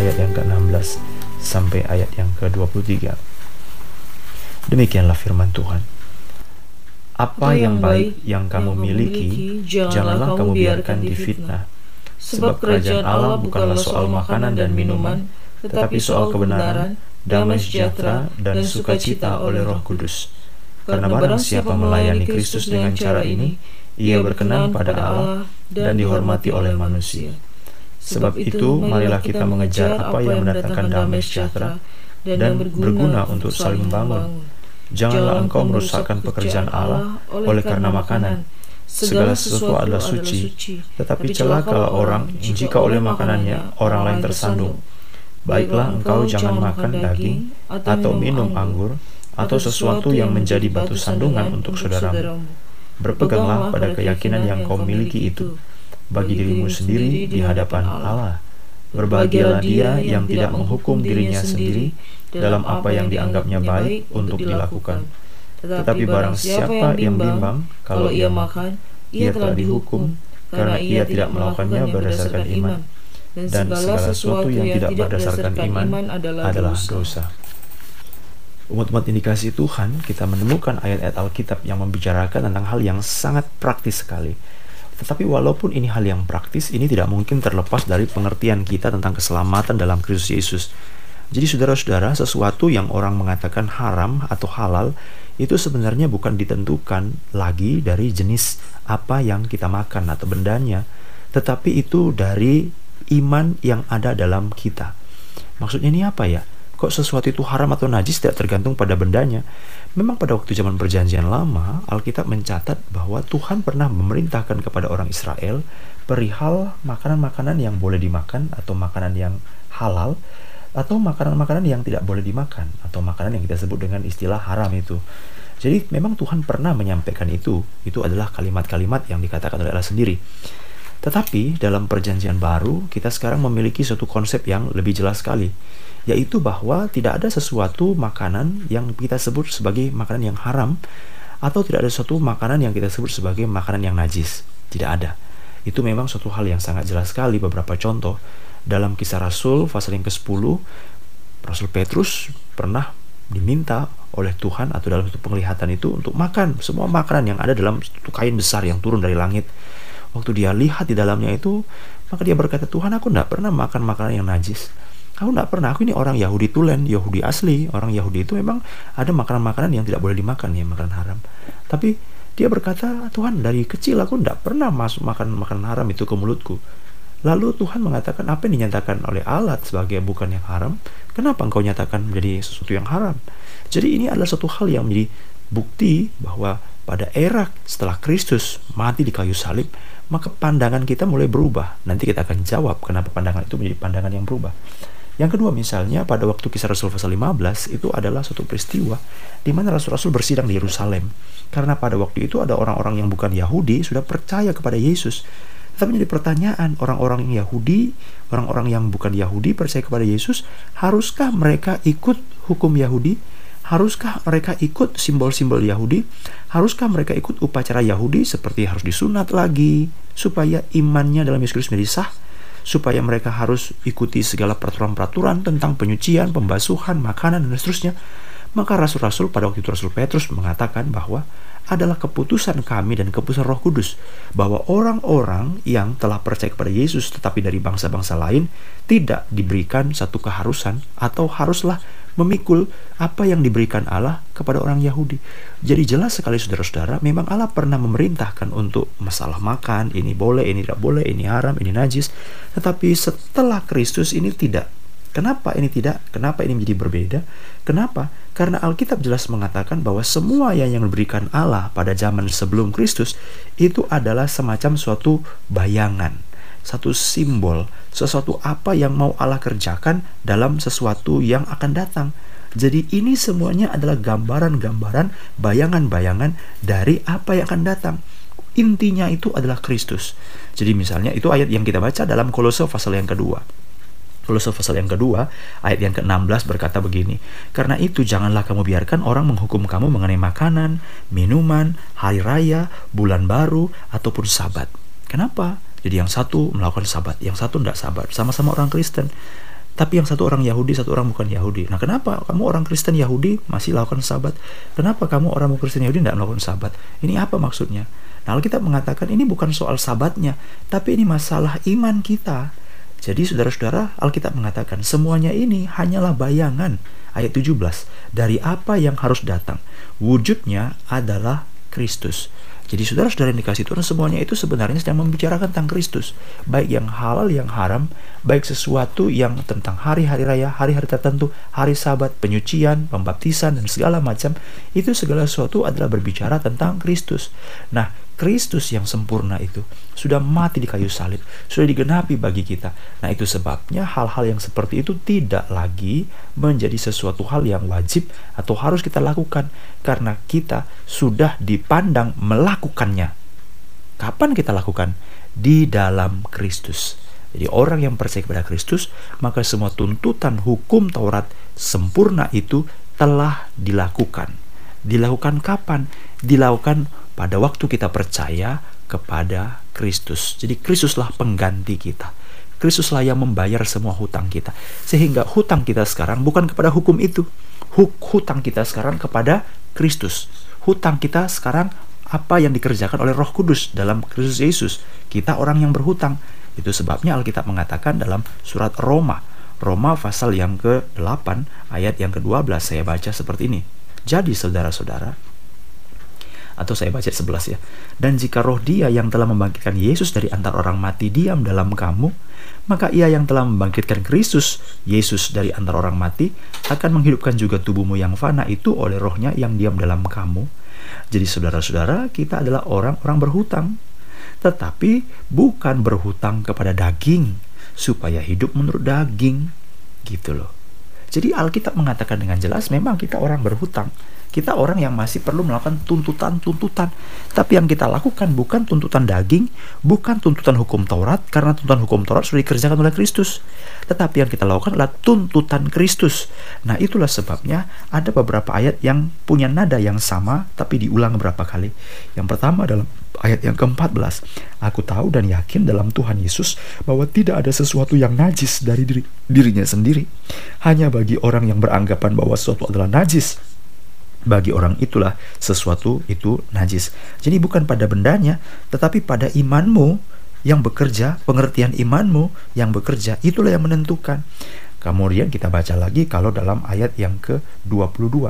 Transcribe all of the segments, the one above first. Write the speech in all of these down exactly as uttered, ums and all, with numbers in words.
ayat yang ke enam belas sampai ayat yang ke dua puluh tiga. Demikianlah firman Tuhan. Apa yang baik yang kamu miliki, janganlah kamu biarkan difitnah. Sebab kerajaan Allah bukanlah soal makanan dan minuman, tetapi soal kebenaran, damai sejahtera, dan sukacita oleh Roh Kudus. Karena barang siapa melayani Kristus dengan cara ini, ia berkenan pada Allah dan dihormati oleh manusia. Sebab itu, marilah kita mengejar apa yang mendatangkan damai sejahtera dan berguna untuk saling membangun. Janganlah engkau merusakkan pekerjaan Allah oleh karena makanan. Segala sesuatu adalah suci, tetapi celakalah orang jika oleh makanannya orang lain tersandung. Baiklah, engkau jangan makan daging atau minum anggur atau sesuatu yang menjadi batu sandungan untuk saudaramu. Berpeganglah pada keyakinan yang kau miliki itu bagi dirimu sendiri di hadapan Allah. Berbahagialah dia yang tidak menghukum dirinya sendiri dalam apa yang dianggapnya baik untuk dilakukan. Tetapi barang siapa yang bimbang kalau ia makan, ia telah dihukum karena ia tidak melakukannya berdasarkan iman. Dan segala sesuatu yang tidak berdasarkan iman adalah dosa. Umat-umat yang dikasihi Tuhan, kita menemukan ayat-ayat Alkitab yang membicarakan tentang hal yang sangat praktis sekali. Tetapi walaupun ini hal yang praktis, ini tidak mungkin terlepas dari pengertian kita tentang keselamatan dalam Kristus Yesus. Jadi saudara-saudara, sesuatu yang orang mengatakan haram atau halal, itu sebenarnya bukan ditentukan lagi dari jenis apa yang kita makan atau bendanya, tetapi itu dari iman yang ada dalam kita. Maksudnya ini apa ya? Kok sesuatu itu haram atau najis tidak tergantung pada bendanya? Memang pada waktu zaman perjanjian lama, Alkitab mencatat bahwa Tuhan pernah memerintahkan kepada orang Israel perihal makanan-makanan yang boleh dimakan atau makanan yang halal, atau makanan-makanan yang tidak boleh dimakan, atau makanan yang kita sebut dengan istilah haram itu. Jadi memang Tuhan pernah menyampaikan itu. Itu adalah kalimat-kalimat yang dikatakan oleh Allah sendiri. Tetapi dalam perjanjian baru, kita sekarang memiliki suatu konsep yang lebih jelas sekali, yaitu bahwa tidak ada sesuatu makanan yang kita sebut sebagai makanan yang haram, atau tidak ada suatu makanan yang kita sebut sebagai makanan yang najis. Tidak ada. Itu memang suatu hal yang sangat jelas sekali. Beberapa contoh dalam Kisah Rasul pasal yang kesepuluh, Rasul Petrus pernah diminta oleh Tuhan atau dalam satu penglihatan itu untuk makan semua makanan yang ada dalam satu kain besar yang turun dari langit. Waktu dia lihat di dalamnya itu, maka dia berkata, Tuhan, aku tidak pernah makan makanan yang najis. Aku tidak pernah, aku ini orang Yahudi tulen, Yahudi asli. Orang Yahudi itu memang ada makanan-makanan yang tidak boleh dimakan, ya, makanan haram. Tapi dia berkata, Tuhan, dari kecil aku tidak pernah masuk makan makanan haram itu ke mulutku. Lalu Tuhan mengatakan, apa yang dinyatakan oleh Allah sebagai bukan yang haram, kenapa engkau nyatakan menjadi sesuatu yang haram? Jadi ini adalah suatu hal yang menjadi bukti bahwa pada era setelah Kristus mati di kayu salib, maka pandangan kita mulai berubah. Nanti kita akan jawab kenapa pandangan itu menjadi pandangan yang berubah. Yang kedua, misalnya pada waktu Kisah Rasul pasal lima belas, itu adalah suatu peristiwa di mana rasul-rasul bersidang di Yerusalem. Karena pada waktu itu ada orang-orang yang bukan Yahudi sudah percaya kepada Yesus. Tetapi menjadi pertanyaan, orang-orang yang Yahudi, orang-orang yang bukan Yahudi percaya kepada Yesus, haruskah mereka ikut hukum Yahudi? Haruskah mereka ikut simbol-simbol Yahudi? Haruskah mereka ikut upacara Yahudi seperti harus disunat lagi supaya imannya dalam Yesus Kristus menjadi sah? Supaya mereka harus ikuti segala peraturan-peraturan tentang penyucian, pembasuhan, makanan, dan seterusnya? Maka rasul-rasul pada waktu itu Rasul Petrus mengatakan bahwa adalah keputusan kami dan keputusan Roh Kudus bahwa orang-orang yang telah percaya kepada Yesus tetapi dari bangsa-bangsa lain tidak diberikan satu keharusan atau haruslah memikul apa yang diberikan Allah kepada orang Yahudi. Jadi jelas sekali saudara-saudara, memang Allah pernah memerintahkan untuk masalah makan, ini boleh, ini tidak boleh, ini haram, ini najis. Tetapi setelah Kristus ini tidak. Kenapa ini tidak? Kenapa ini menjadi berbeda? Kenapa? Karena Alkitab jelas mengatakan bahwa semua yang, yang diberikan Allah pada zaman sebelum Kristus itu adalah semacam suatu bayangan, satu simbol, sesuatu apa yang mau Allah kerjakan dalam sesuatu yang akan datang. Jadi ini semuanya adalah gambaran-gambaran, bayangan-bayangan dari apa yang akan datang. Intinya itu adalah Kristus. Jadi misalnya itu ayat yang kita baca dalam Kolose pasal yang kedua. Kolose pasal yang kedua, ayat yang ke enam belas berkata begini, karena itu janganlah kamu biarkan orang menghukum kamu mengenai makanan, minuman, hari raya, bulan baru, ataupun sabat. Kenapa? Jadi yang satu melakukan sabat, yang satu tidak sabat, sama-sama orang Kristen. Tapi yang satu orang Yahudi, satu orang bukan Yahudi. Nah, kenapa kamu orang Kristen Yahudi masih lakukan sabat? Kenapa kamu orang Kristen Yahudi tidak melakukan sabat? Ini apa maksudnya? Nah, Alkitab mengatakan ini bukan soal sabatnya, tapi ini masalah iman kita. Jadi saudara-saudara, Alkitab mengatakan semuanya ini hanyalah bayangan. Ayat tujuh belas, dari apa yang harus datang. Wujudnya adalah Kristus. Jadi saudara-saudara yang dikasih Tuhan, semuanya itu sebenarnya sedang membicarakan tentang Kristus. Baik yang halal, yang haram, baik sesuatu yang tentang hari-hari raya, hari-hari tertentu, hari sabat, penyucian, pembaptisan, dan segala macam. Itu segala sesuatu adalah berbicara tentang Kristus. Nah, Kristus yang sempurna itu sudah mati di kayu salib, sudah digenapi bagi kita. Nah, itu sebabnya hal-hal yang seperti itu tidak lagi menjadi sesuatu hal yang wajib atau harus kita lakukan, karena kita sudah dipandang melakukannya. Kapan kita lakukan? Di dalam Kristus. Jadi orang yang percaya kepada Kristus, maka semua tuntutan hukum Taurat sempurna itu telah dilakukan. Dilakukan kapan? Dilakukan pada waktu kita percaya kepada Kristus. Jadi Kristuslah pengganti kita. Kristuslah yang membayar semua hutang kita. Sehingga hutang kita sekarang bukan kepada hukum itu. Hutang kita sekarang kepada Kristus. Hutang kita sekarang apa yang dikerjakan oleh Roh Kudus dalam Kristus Yesus. Kita orang yang berhutang. Itu sebabnya Alkitab mengatakan dalam surat Roma. Roma pasal yang ke delapan ayat yang ke dua belas, saya baca seperti ini. Jadi saudara-saudara, atau saya baca sebelas ya. Dan jika roh Dia yang telah membangkitkan Yesus dari antara orang mati diam dalam kamu, maka Ia yang telah membangkitkan Kristus Yesus dari antara orang mati akan menghidupkan juga tubuhmu yang fana itu oleh rohnya yang diam dalam kamu. Jadi saudara-saudara, kita adalah orang-orang berhutang, tetapi bukan berhutang kepada daging supaya hidup menurut daging, gitu loh. Jadi Alkitab mengatakan dengan jelas memang kita orang berhutang. Kita orang yang masih perlu melakukan tuntutan-tuntutan. Tapi yang kita lakukan bukan tuntutan daging, bukan tuntutan hukum Taurat, karena tuntutan hukum Taurat sudah dikerjakan oleh Kristus. Tetapi yang kita lakukan adalah tuntutan Kristus. Nah, itulah sebabnya ada beberapa ayat yang punya nada yang sama, tapi diulang beberapa kali. Yang pertama dalam ayat yang keempat belas. Aku tahu dan yakin dalam Tuhan Yesus bahwa tidak ada sesuatu yang najis dari diri, dirinya sendiri. Hanya bagi orang yang beranggapan bahwa sesuatu adalah najis, bagi orang itulah sesuatu itu najis. Jadi bukan pada bendanya, tetapi pada imanmu yang bekerja, pengertian imanmu yang bekerja, itulah yang menentukan. Kemudian kita baca lagi kalau dalam ayat yang ke dua puluh dua.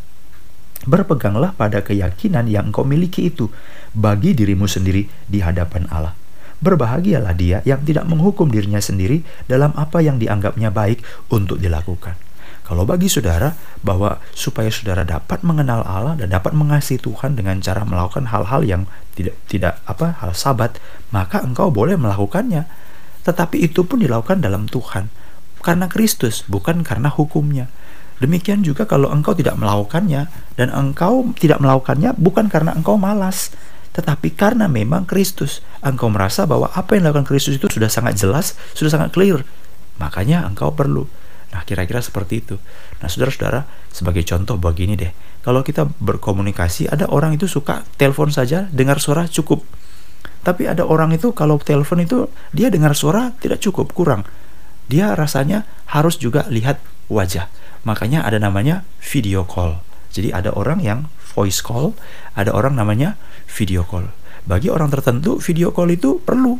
Berpeganglah pada keyakinan yang engkau miliki itu bagi dirimu sendiri di hadapan Allah. Berbahagialah dia yang tidak menghukum dirinya sendiri dalam apa yang dianggapnya baik untuk dilakukan. Kalau bagi saudara bahwa supaya saudara dapat mengenal Allah dan dapat mengasihi Tuhan dengan cara melakukan hal-hal yang tidak tidak apa hal sabat, maka engkau boleh melakukannya. Tetapi itu pun dilakukan dalam Tuhan karena Kristus, bukan karena hukumnya. Demikian juga kalau engkau tidak melakukannya, dan engkau tidak melakukannya bukan karena engkau malas, tetapi karena memang Kristus. Engkau merasa bahwa apa yang dilakukan Kristus itu sudah sangat jelas, sudah sangat clear, makanya engkau perlu. Nah, kira-kira seperti itu. Nah, saudara-saudara, sebagai contoh begini deh. Kalau kita berkomunikasi, ada orang itu suka telepon saja, dengar suara cukup. Tapi ada orang itu kalau telepon itu, dia dengar suara tidak cukup, kurang. Dia rasanya harus juga lihat wajah. Makanya ada namanya video call. Jadi ada orang yang voice call, ada orang namanya video call. Bagi orang tertentu, video call itu perlu.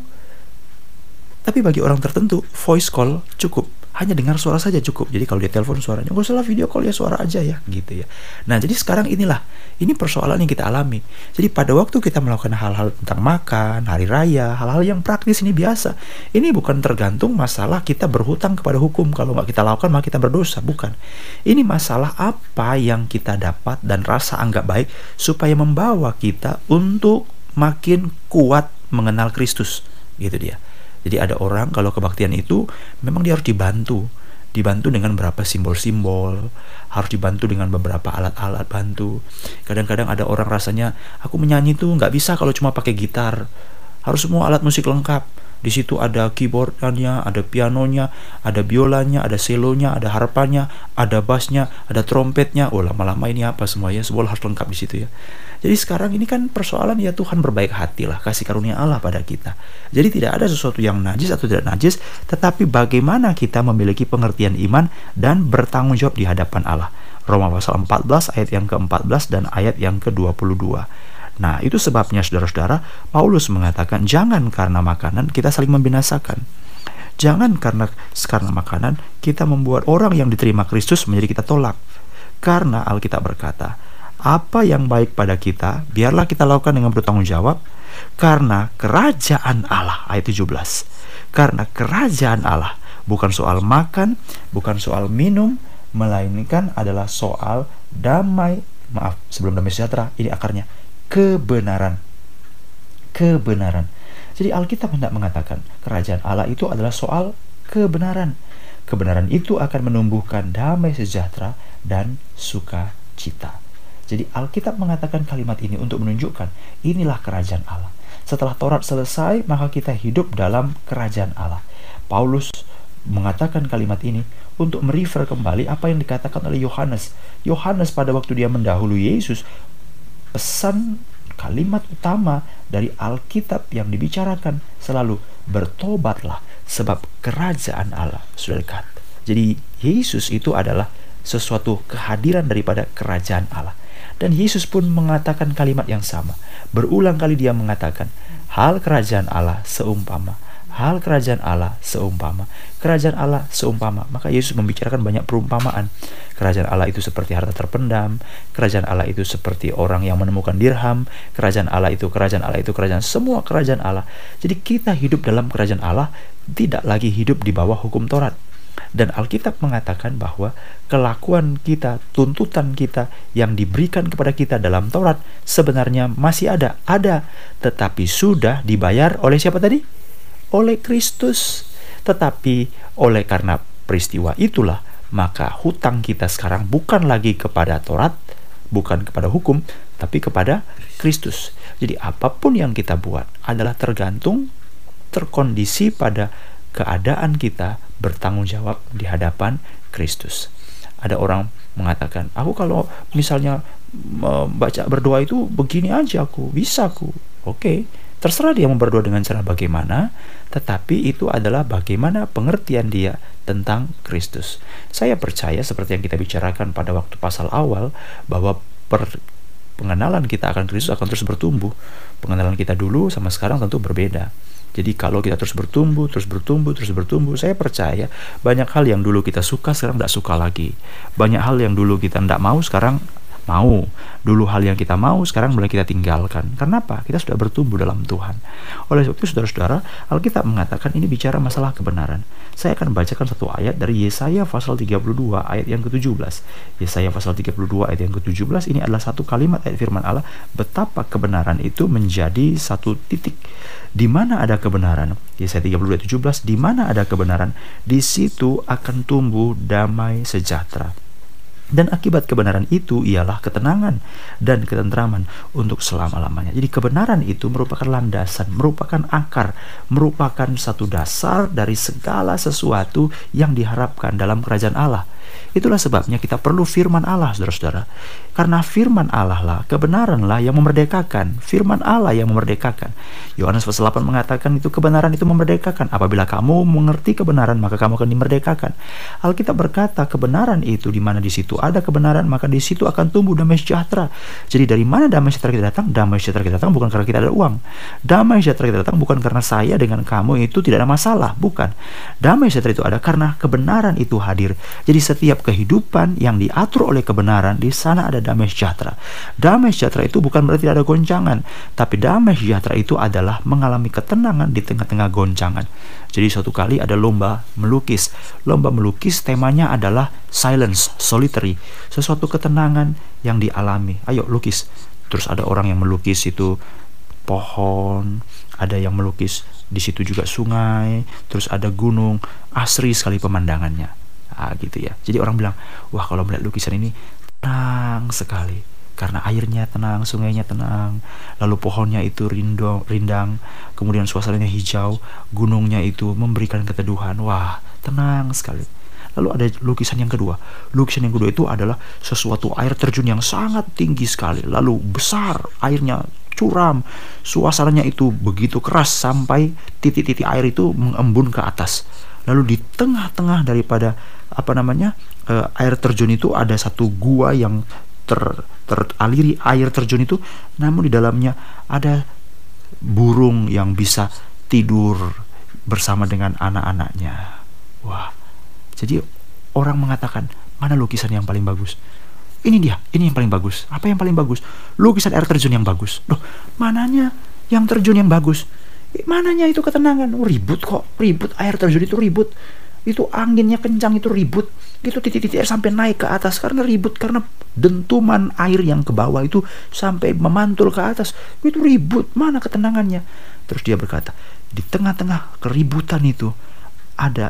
Tapi bagi orang tertentu, voice call cukup. Hanya dengar suara saja cukup. Jadi kalau dia telepon suaranya, nggak usah video call ya, suara aja ya, gitu ya. Nah, jadi sekarang inilah, ini persoalan yang kita alami. Jadi pada waktu kita melakukan hal-hal tentang makan, hari raya, hal-hal yang praktis ini biasa. Ini bukan tergantung masalah kita berhutang kepada hukum. Kalau nggak kita lakukan, maka kita berdosa. Bukan. Ini masalah apa yang kita dapat dan rasa anggap baik supaya membawa kita untuk makin kuat mengenal Kristus. Gitu dia. Jadi ada orang kalau kebaktian itu memang dia harus dibantu. Dibantu dengan beberapa simbol-simbol, harus dibantu dengan beberapa alat-alat bantu. Kadang-kadang ada orang rasanya, aku menyanyi tuh nggak bisa kalau cuma pakai gitar. Harus semua alat musik lengkap. Di situ ada keyboardnya, ada pianonya, ada biolanya, ada selonya, ada harpanya, ada bassnya, ada trompetnya. Oh, lama-lama ini apa semua ya? Semua harus lengkap di situ ya. Jadi sekarang ini kan persoalan ya, Tuhan berbaik hati lah, kasih karunia Allah pada kita. Jadi tidak ada sesuatu yang najis atau tidak najis, tetapi bagaimana kita memiliki pengertian iman dan bertanggung jawab di hadapan Allah. Roma pasal empat belas ayat yang ke-empat belas dan ayat yang ke-dua puluh dua. Nah, itu sebabnya saudara-saudara, Paulus mengatakan jangan karena makanan kita saling membinasakan. Jangan karena karena makanan kita membuat orang yang diterima Kristus menjadi kita tolak. Karena Alkitab berkata, apa yang baik pada kita, biarlah kita lakukan dengan bertanggung jawab, karena kerajaan Allah, ayat tujuh belas. Karena kerajaan Allah bukan soal makan, bukan soal minum, melainkan adalah soal damai, maaf, sebelum damai sejahtera, ini akarnya, kebenaran. Kebenaran. Jadi Alkitab hendak mengatakan, kerajaan Allah itu adalah soal kebenaran. Kebenaran itu akan menumbuhkan damai sejahtera dan sukacita. Jadi Alkitab mengatakan kalimat ini untuk menunjukkan inilah kerajaan Allah. Setelah Taurat selesai, maka kita hidup dalam kerajaan Allah. Paulus mengatakan kalimat ini untuk merefer kembali apa yang dikatakan oleh Yohanes. Yohanes pada waktu dia mendahului Yesus, pesan kalimat utama dari Alkitab yang dibicarakan selalu, bertobatlah sebab kerajaan Allah sudah dekat. Jadi Yesus itu adalah sesuatu kehadiran daripada kerajaan Allah. Dan Yesus pun mengatakan kalimat yang sama. Berulang kali dia mengatakan, hal kerajaan Allah seumpama, hal kerajaan Allah seumpama, kerajaan Allah seumpama. Maka Yesus membicarakan banyak perumpamaan. Kerajaan Allah itu seperti harta terpendam, kerajaan Allah itu seperti orang yang menemukan dirham, kerajaan Allah itu, kerajaan Allah itu, kerajaan, semua kerajaan Allah. Jadi kita hidup dalam kerajaan Allah, tidak lagi hidup di bawah hukum Taurat. Dan Alkitab mengatakan bahwa kelakuan kita, tuntutan kita yang diberikan kepada kita dalam Taurat sebenarnya masih ada, ada, tetapi sudah dibayar oleh siapa tadi? Oleh Kristus. Tetapi oleh karena peristiwa itulah, maka hutang kita sekarang bukan lagi kepada Taurat, bukan kepada hukum, tapi kepada Kristus. Jadi apapun yang kita buat adalah tergantung, terkondisi pada keadaan kita bertanggung jawab di hadapan Kristus. Ada orang mengatakan, aku kalau misalnya baca berdoa itu begini aja, aku bisa aku. Oke, terserah dia mau berdoa dengan cara bagaimana, tetapi itu adalah bagaimana pengertian dia tentang Kristus. Saya percaya seperti yang kita bicarakan pada waktu pasal awal, bahwa per, pengenalan kita akan Kristus akan terus bertumbuh. Pengenalan kita dulu sama sekarang tentu berbeda. Jadi kalau kita terus bertumbuh, terus bertumbuh, terus bertumbuh, saya percaya banyak hal yang dulu kita suka sekarang tidak suka lagi. Banyak hal yang dulu kita tidak mau sekarang mau. Dulu hal yang kita mau sekarang mulai kita tinggalkan. Karena apa? Kita sudah bertumbuh dalam Tuhan. Oleh sebab itu saudara-saudara, Alkitab mengatakan ini bicara masalah kebenaran. Saya akan bacakan satu ayat dari Yesaya pasal tiga puluh dua ayat yang ke-tujuh belas. Yesaya pasal tiga puluh dua ayat yang ke-tujuh belas ini adalah satu kalimat ayat firman Allah, betapa kebenaran itu menjadi satu titik. Di mana ada kebenaran? Yesaya tiga puluh dua ayat tujuh belas, di mana ada kebenaran, di situ akan tumbuh damai sejahtera. Dan akibat kebenaran itu ialah ketenangan dan ketentraman untuk selama-lamanya. Jadi kebenaran itu merupakan landasan, merupakan akar, merupakan satu dasar dari segala sesuatu yang diharapkan dalam kerajaan Allah. Itulah sebabnya kita perlu firman Allah, saudara-saudara. Karena firman Allah lah, kebenaranlah yang memerdekakan. Firman Allah yang memerdekakan. Yohanes pasal delapan mengatakan itu kebenaran itu memerdekakan. Apabila kamu mengerti kebenaran, maka kamu akan dimerdekakan. Alkitab berkata kebenaran itu, di mana di situ ada kebenaran, maka di situ akan tumbuh damai sejahtera. Jadi dari mana damai sejahtera kita datang? Damai sejahtera kita datang bukan karena kita ada uang. Damai sejahtera kita datang bukan karena saya dengan kamu itu tidak ada masalah, bukan. Damai sejahtera itu ada karena kebenaran itu hadir. Jadi setiap kehidupan yang diatur oleh kebenaran, di sana ada damai sejahtera. Damai sejahtera itu bukan berarti tidak ada goncangan, tapi damai sejahtera itu adalah mengalami ketenangan di tengah-tengah goncangan. Jadi suatu kali ada lomba melukis. Lomba melukis temanya adalah silence, solitary, sesuatu ketenangan yang dialami. Ayo lukis. Terus ada orang yang melukis itu pohon, ada yang melukis di situ juga sungai, terus ada gunung, asri sekali pemandangannya. Ah, gitu ya. Jadi orang bilang, wah kalau melihat lukisan ini tenang sekali. karena airnya tenang, sungainya tenang, lalu pohonnya itu rindong, rindang, kemudian suasananya hijau, gunungnya itu memberikan keteduhan. Wah, tenang sekali. Lalu ada lukisan yang kedua. Lukisan yang kedua itu adalah sesuatu air terjun yang sangat tinggi sekali, lalu besar, airnya curam, suasananya itu begitu keras sampai titik-titik air itu mengembun ke atas. Lalu di tengah-tengah daripada apa namanya uh, air terjun itu ada satu gua yang ter, teraliri air terjun itu, namun di dalamnya ada burung yang bisa tidur bersama dengan anak-anaknya. Wah, jadi orang mengatakan, mana lukisan yang paling bagus? Ini dia, ini yang paling bagus. Apa yang paling bagus? Lukisan air terjun yang bagus. Loh, mananya yang terjun yang bagus? Mananya itu ketenangan? Oh, ribut kok, ribut. Air terjun itu ribut. Itu anginnya kencang, itu ribut. Itu titik-titik air sampai naik ke atas karena ribut, karena dentuman air yang ke bawah itu sampai memantul ke atas. Itu ribut, mana ketenangannya? Terus dia berkata, di tengah-tengah keributan itu ada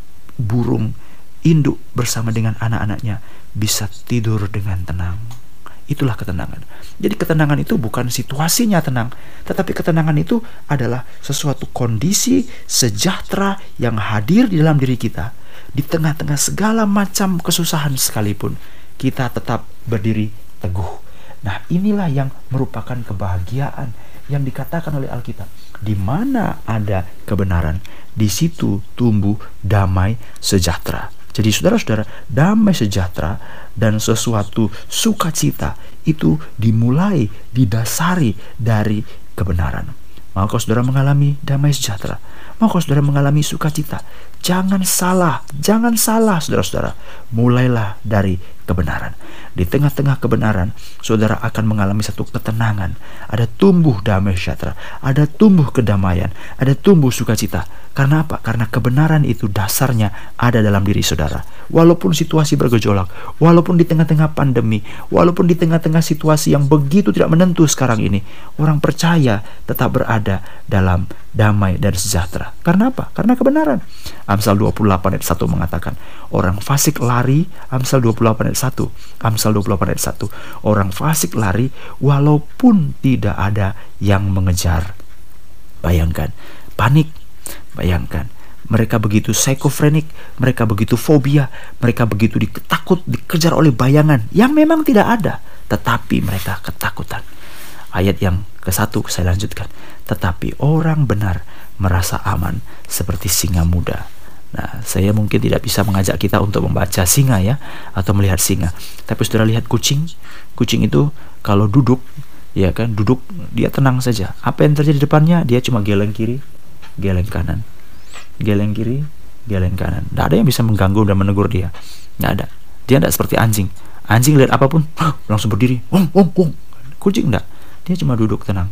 burung induk bersama dengan anak-anaknya bisa tidur dengan tenang. Itulah ketenangan. Jadi ketenangan itu bukan situasinya tenang, tetapi ketenangan itu adalah sesuatu kondisi sejahtera yang hadir di dalam diri kita. Di tengah-tengah segala macam kesusahan sekalipun, kita tetap berdiri teguh. Nah, inilah yang merupakan kebahagiaan yang dikatakan oleh Alkitab. Di mana ada kebenaran, di situ tumbuh damai sejahtera. Jadi saudara-saudara, damai sejahtera dan sesuatu sukacita itu dimulai, didasari dari kebenaran. Maka saudara mengalami damai sejahtera, maka saudara mengalami sukacita. Jangan salah, jangan salah saudara-saudara. Mulailah dari kebenaran. Di tengah-tengah kebenaran, saudara akan mengalami satu ketenangan. Ada tumbuh damai sejahtera, ada tumbuh kedamaian, ada tumbuh sukacita. Karena apa? Karena kebenaran itu dasarnya ada dalam diri saudara. Walaupun situasi bergejolak, walaupun di tengah-tengah pandemi, walaupun di tengah-tengah situasi yang begitu tidak menentu sekarang ini, orang percaya tetap berada dalam damai dan sejahtera. Karena apa? Karena kebenaran. Amsal dua puluh delapan ayat satu mengatakan, orang fasik lari, Amsal dua puluh delapan ayat satu, Amsal dua puluh delapan ayat satu, orang fasik lari walaupun tidak ada yang mengejar. Bayangkan, panik. Bayangkan, mereka begitu psikofrenik, mereka begitu fobia, mereka begitu ditakut, dikejar oleh bayangan yang memang tidak ada, tetapi mereka ketakutan. Ayat yang ke satu saya lanjutkan. Tetapi orang benar merasa aman seperti singa muda. Nah, saya mungkin tidak bisa mengajak kita untuk membaca singa ya, atau melihat singa. Tapi saudara lihat kucing, kucing itu kalau duduk, ya kan, duduk dia tenang saja. Apa yang terjadi di depannya? Dia cuma geleng kiri, geleng kanan, geleng kiri, geleng kanan. Tidak ada yang bisa mengganggu dan menegur dia. Tidak ada. Dia tidak seperti anjing. Anjing lihat apapun langsung berdiri, wong wong wong. Kucing tidak. Dia cuma duduk tenang.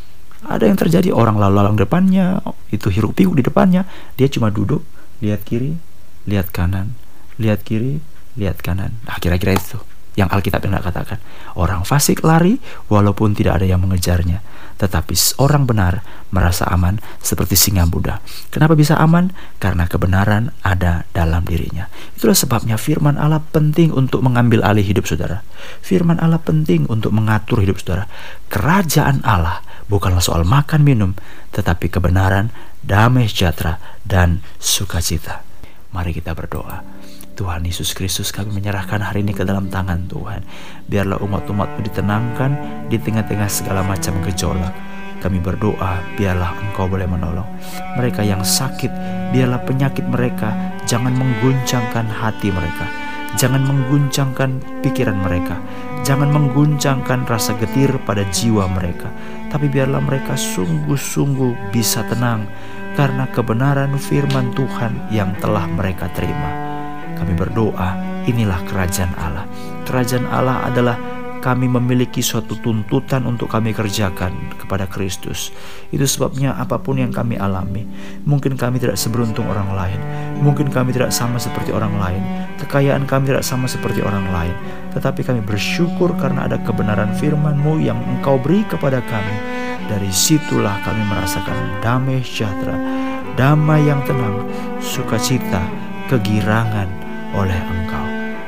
Ada yang terjadi, orang lalu lalang depannya, itu hiruk pikuk di depannya, dia cuma duduk, lihat kiri, lihat kanan, lihat kiri, lihat kanan. Nah, kira-kira itu yang Alkitab hendak katakan. Orang fasik lari walaupun tidak ada yang mengejarnya, tetapi orang benar merasa aman seperti singa muda. Kenapa bisa aman? Karena kebenaran ada dalam dirinya. Itulah sebabnya firman Allah penting untuk mengambil alih hidup saudara. Firman Allah penting untuk mengatur hidup saudara. Kerajaan Allah bukanlah soal makan minum, tetapi kebenaran, damai sejahtera, dan sukacita. Mari kita berdoa. Tuhan Yesus Kristus, kami menyerahkan hari ini ke dalam tangan Tuhan. Biarlah umat-umat-Mu ditenangkan di tengah-tengah segala macam gejolak. Kami berdoa, biarlah Engkau boleh menolong mereka yang sakit. Biarlah penyakit mereka jangan mengguncangkan hati mereka, jangan mengguncangkan pikiran mereka, jangan mengguncangkan rasa getir pada jiwa mereka. Tapi biarlah mereka sungguh-sungguh bisa tenang karena kebenaran firman Tuhan yang telah mereka terima. Kami berdoa, inilah kerajaan Allah. Kerajaan Allah adalah kami memiliki suatu tuntutan untuk kami kerjakan kepada Kristus. Itu sebabnya apapun yang kami alami, mungkin kami tidak seberuntung orang lain, mungkin kami tidak sama seperti orang lain, kekayaan kami tidak sama seperti orang lain, tetapi kami bersyukur karena ada kebenaran firman-Mu yang Engkau beri kepada kami. Dari situlah kami merasakan damai sejahtera, damai yang tenang, sukacita, kegirangan oleh Engkau.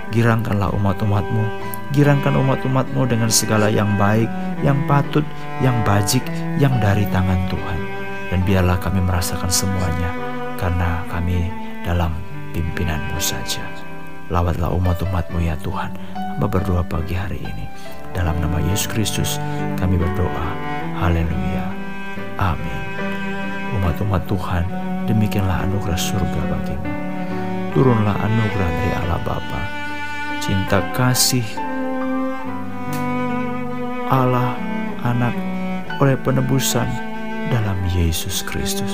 Girangkanlah umat-umat-Mu, girangkan umat-umat-Mu dengan segala yang baik, yang patut, yang bajik, yang dari tangan Tuhan. Dan biarlah kami merasakan semuanya, karena kami dalam pimpinan-Mu saja. Lawatlah umat-umat-Mu ya Tuhan. Hamba berdoa pagi hari ini, dalam nama Yesus Kristus kami berdoa. Haleluya. Amin. Umat-umat Tuhan, demikianlah anugerah surga bagimu. Turunlah anugerah dari Allah Bapa, cinta kasih Allah Anak oleh penebusan dalam Yesus Kristus,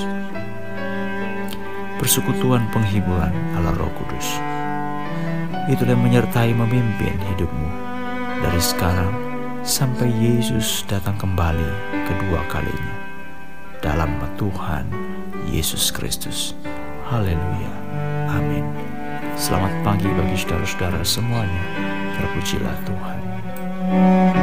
persekutuan penghiburan Allah Roh Kudus, itulah yang menyertai memimpin hidupmu dari sekarang sampai Yesus datang kembali kedua kalinya, dalam Tuhan Yesus Kristus. Haleluya. Amin. Selamat pagi bagi saudara-saudara semuanya. Terpujilah Tuhan.